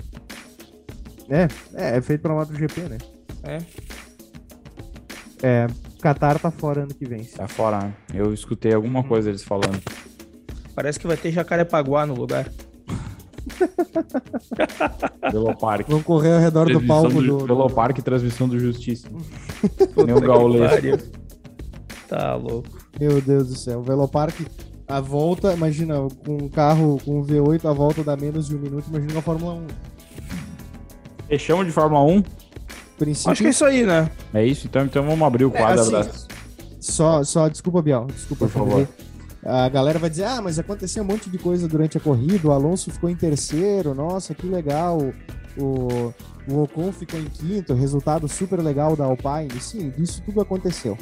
É feito pra MotoGP, né? Qatar tá fora ano que vem. Tá fora, né? Eu escutei alguma coisa eles falando. Parece que vai ter Jacarepaguá no lugar. Velopark. Vamos correr ao redor do palco do Velopark e transmissão do Justiça. Meu gaulês. Tá louco. Meu Deus do céu. Velopark, a volta, imagina, com um carro com um V8, a volta dá menos de 1 minuto, imagina a Fórmula 1. Fechamos de Fórmula 1? Acho que é isso aí, né? É isso, então vamos abrir o quadro. Só, desculpa, Bial. Desculpa, por favor. A galera vai dizer, mas aconteceu um monte de coisa durante a corrida, o Alonso ficou em terceiro, nossa, que legal, o Ocon ficou em quinto, resultado super legal da Alpine. Sim, isso tudo aconteceu.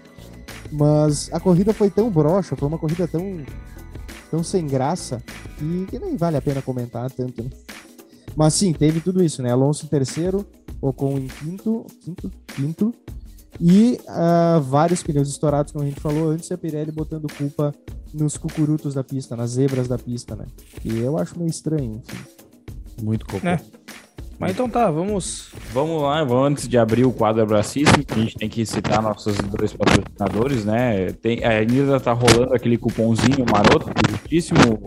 Mas a corrida foi tão broxa, foi uma corrida tão sem graça, que nem vale a pena comentar tanto, né? Mas sim, teve tudo isso, né? Alonso em terceiro, Ocon em quinto, e vários pneus estourados, como a gente falou antes, e a Pirelli botando culpa nos cucurutos da pista, nas zebras da pista, né? E eu acho meio estranho, enfim. Muito cocô. Mas então tá, vamos lá, antes de abrir o quadro Abracismo, a gente tem que citar nossos 2 patrocinadores, né? Ainda tá rolando aquele cupomzinho maroto, justíssimo,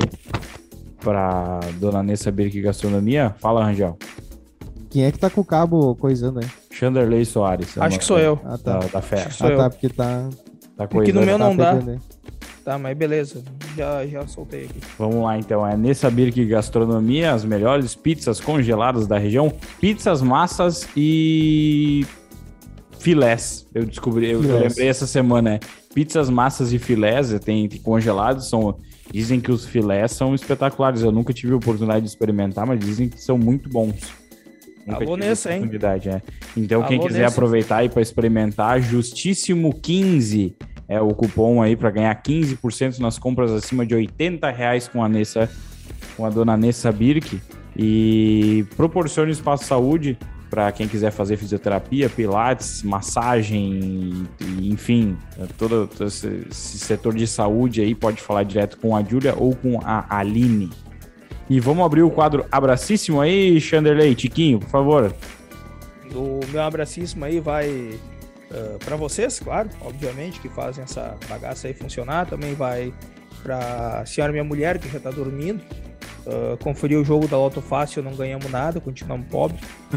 pra dona Nessa Birk Gastronomia. Fala, Rangel. Quem é que tá com o cabo coisando aí? Chanderley Soares. Acho que sou eu. Tá. Da fé. Tá, porque tá porque no meu não dá. Aí. Tá, mas beleza. Já soltei aqui. Vamos lá, então. É Nessa Birk Gastronomia, as melhores pizzas congeladas da região. Pizzas, massas e filés. Eu lembrei essa semana, pizzas, massas e filés, tem congelados, dizem que os filés são espetaculares. Eu nunca tive a oportunidade de experimentar, mas dizem que são muito bons. Alô Nessa, hein? Então, quem quiser aproveitar aí para experimentar, Justíssimo 15 é o cupom aí para ganhar 15% nas compras acima de R$80 com a dona Nessa Birk. E proporcione espaço saúde. para quem quiser fazer fisioterapia, pilates, massagem, enfim, todo esse setor de saúde aí, pode falar direto com a Júlia ou com a Aline. E vamos abrir o quadro Abracíssimo aí, Chanderley, Tiquinho, por favor. O meu abracíssimo aí vai para vocês, claro, obviamente, que fazem essa bagaça aí funcionar. Também vai para a senhora minha mulher, que já tá dormindo. Conferiu o jogo da Loto Fácil, não ganhamos nada, continuamos pobres.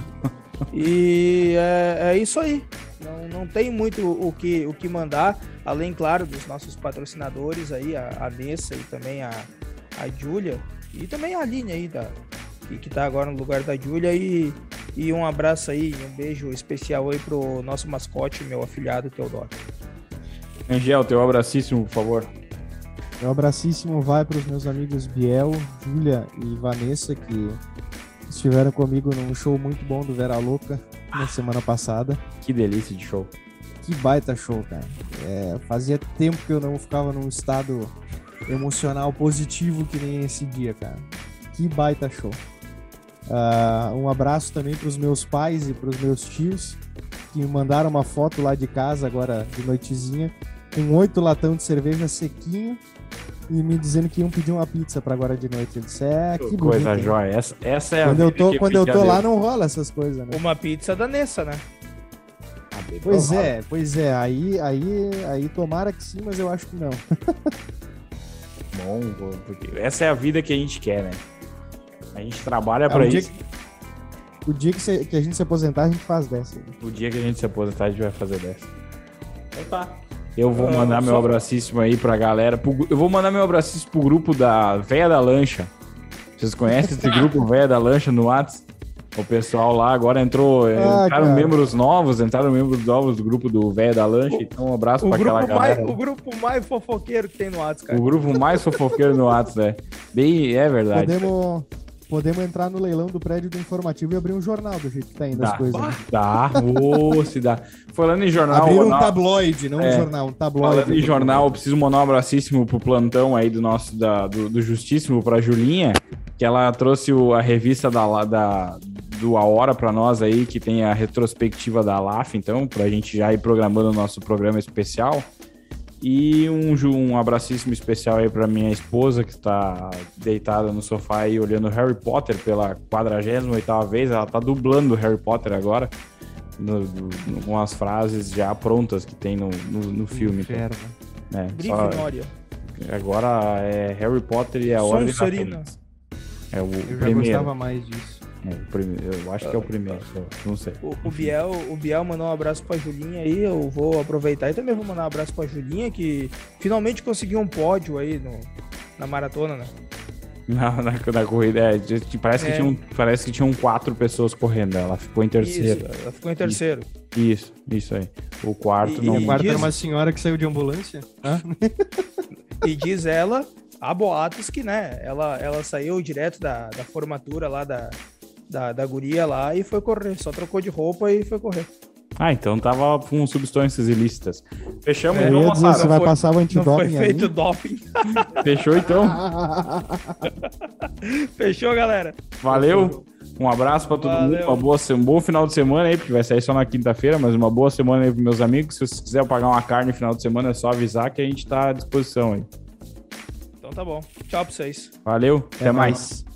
E é isso aí. Não tem muito o que mandar, além, claro, dos nossos patrocinadores aí, a Nessa e também a Júlia, e também a Aline aí, que tá agora no lugar da Júlia, e um abraço aí, um beijo especial aí pro nosso mascote, meu afilhado Teodoro. Angel, teu abracíssimo, por favor. Meu abracíssimo vai para os meus amigos Biel, Júlia e Vanessa, que estiveram comigo num show muito bom do Vera Louca na semana passada. Que delícia de show. Que baita show, cara. Fazia tempo que eu não ficava num estado emocional positivo que nem esse dia, cara. Que baita show. Um abraço também para os meus pais e para os meus tios, que me mandaram uma foto lá de casa agora de noitezinha, com 8 latão de cerveja sequinho, e me dizendo que iam pedir uma pizza para agora de noite. Eu disse, que coisa bonito, jóia. Essa é quando eu tô lá não rola essas coisas, né? Uma pizza da Nessa, né? Pois é. Aí tomara que sim, mas eu acho que não. Bom, porque essa é a vida que a gente quer, né? A gente trabalha pra isso. O dia que a gente se aposentar, a gente faz dessa. O dia que a gente se aposentar, a gente vai fazer dessa. Então tá. Eu vou mandar meu abracíssimo aí pra galera. Eu vou mandar meu abracíssimo pro grupo da Véia da Lancha. Vocês conhecem esse grupo Véia da Lancha no WhatsApp? O pessoal lá agora entraram membros novos do grupo do Véia da Lancha. Então um abraço pra aquela galera. O grupo mais fofoqueiro que tem no WhatsApp, cara. O grupo mais fofoqueiro no WhatsApp, né? É verdade. Podemos entrar no leilão do prédio do informativo e abrir um jornal do jeito que tá indo as coisas. Né? Se dá. Falando em jornal... Abrir um tabloide, não um jornal, um tabloide. Falando em jornal, eu preciso mandar um abracíssimo pro plantão aí do Justíssimo pra Julinha, que ela trouxe a revista do A Hora pra nós aí, que tem a retrospectiva da LAF, então, pra gente já ir programando o nosso programa especial. E um abracíssimo especial aí pra minha esposa, que tá deitada no sofá aí olhando Harry Potter pela 48ª vez. Ela tá dublando Harry Potter agora, com as frases já prontas que tem no filme. Inferno. Grifinória. Agora é Harry Potter e a Ordem da Fênix. Eu já gostava mais disso. Eu acho que é o primeiro, não sei. O Biel mandou um abraço pra Julinha aí, eu vou aproveitar e também vou mandar um abraço pra Julinha, que finalmente conseguiu um pódio aí na maratona, né? Na corrida, parece que tinham 4 pessoas correndo, ela ficou em terceiro. Isso, ela ficou em terceiro. Isso aí. O quarto não... O quarto era uma senhora que saiu de ambulância? E diz ela, há boatos que, né, ela saiu direto da formatura lá da guria lá e foi correr, só trocou de roupa e foi correr. Então tava com substâncias ilícitas. Fechamos, você vai passar o antidoping. Não foi feito doping. Fechou, então? Fechou, galera. Valeu. Um abraço pra todo mundo, um bom final de semana aí, porque vai sair só na quinta-feira, mas uma boa semana aí pros meus amigos. Se vocês quiserem pagar uma carne no final de semana, é só avisar que a gente tá à disposição aí. Então tá bom. Tchau pra vocês. Valeu, até mais.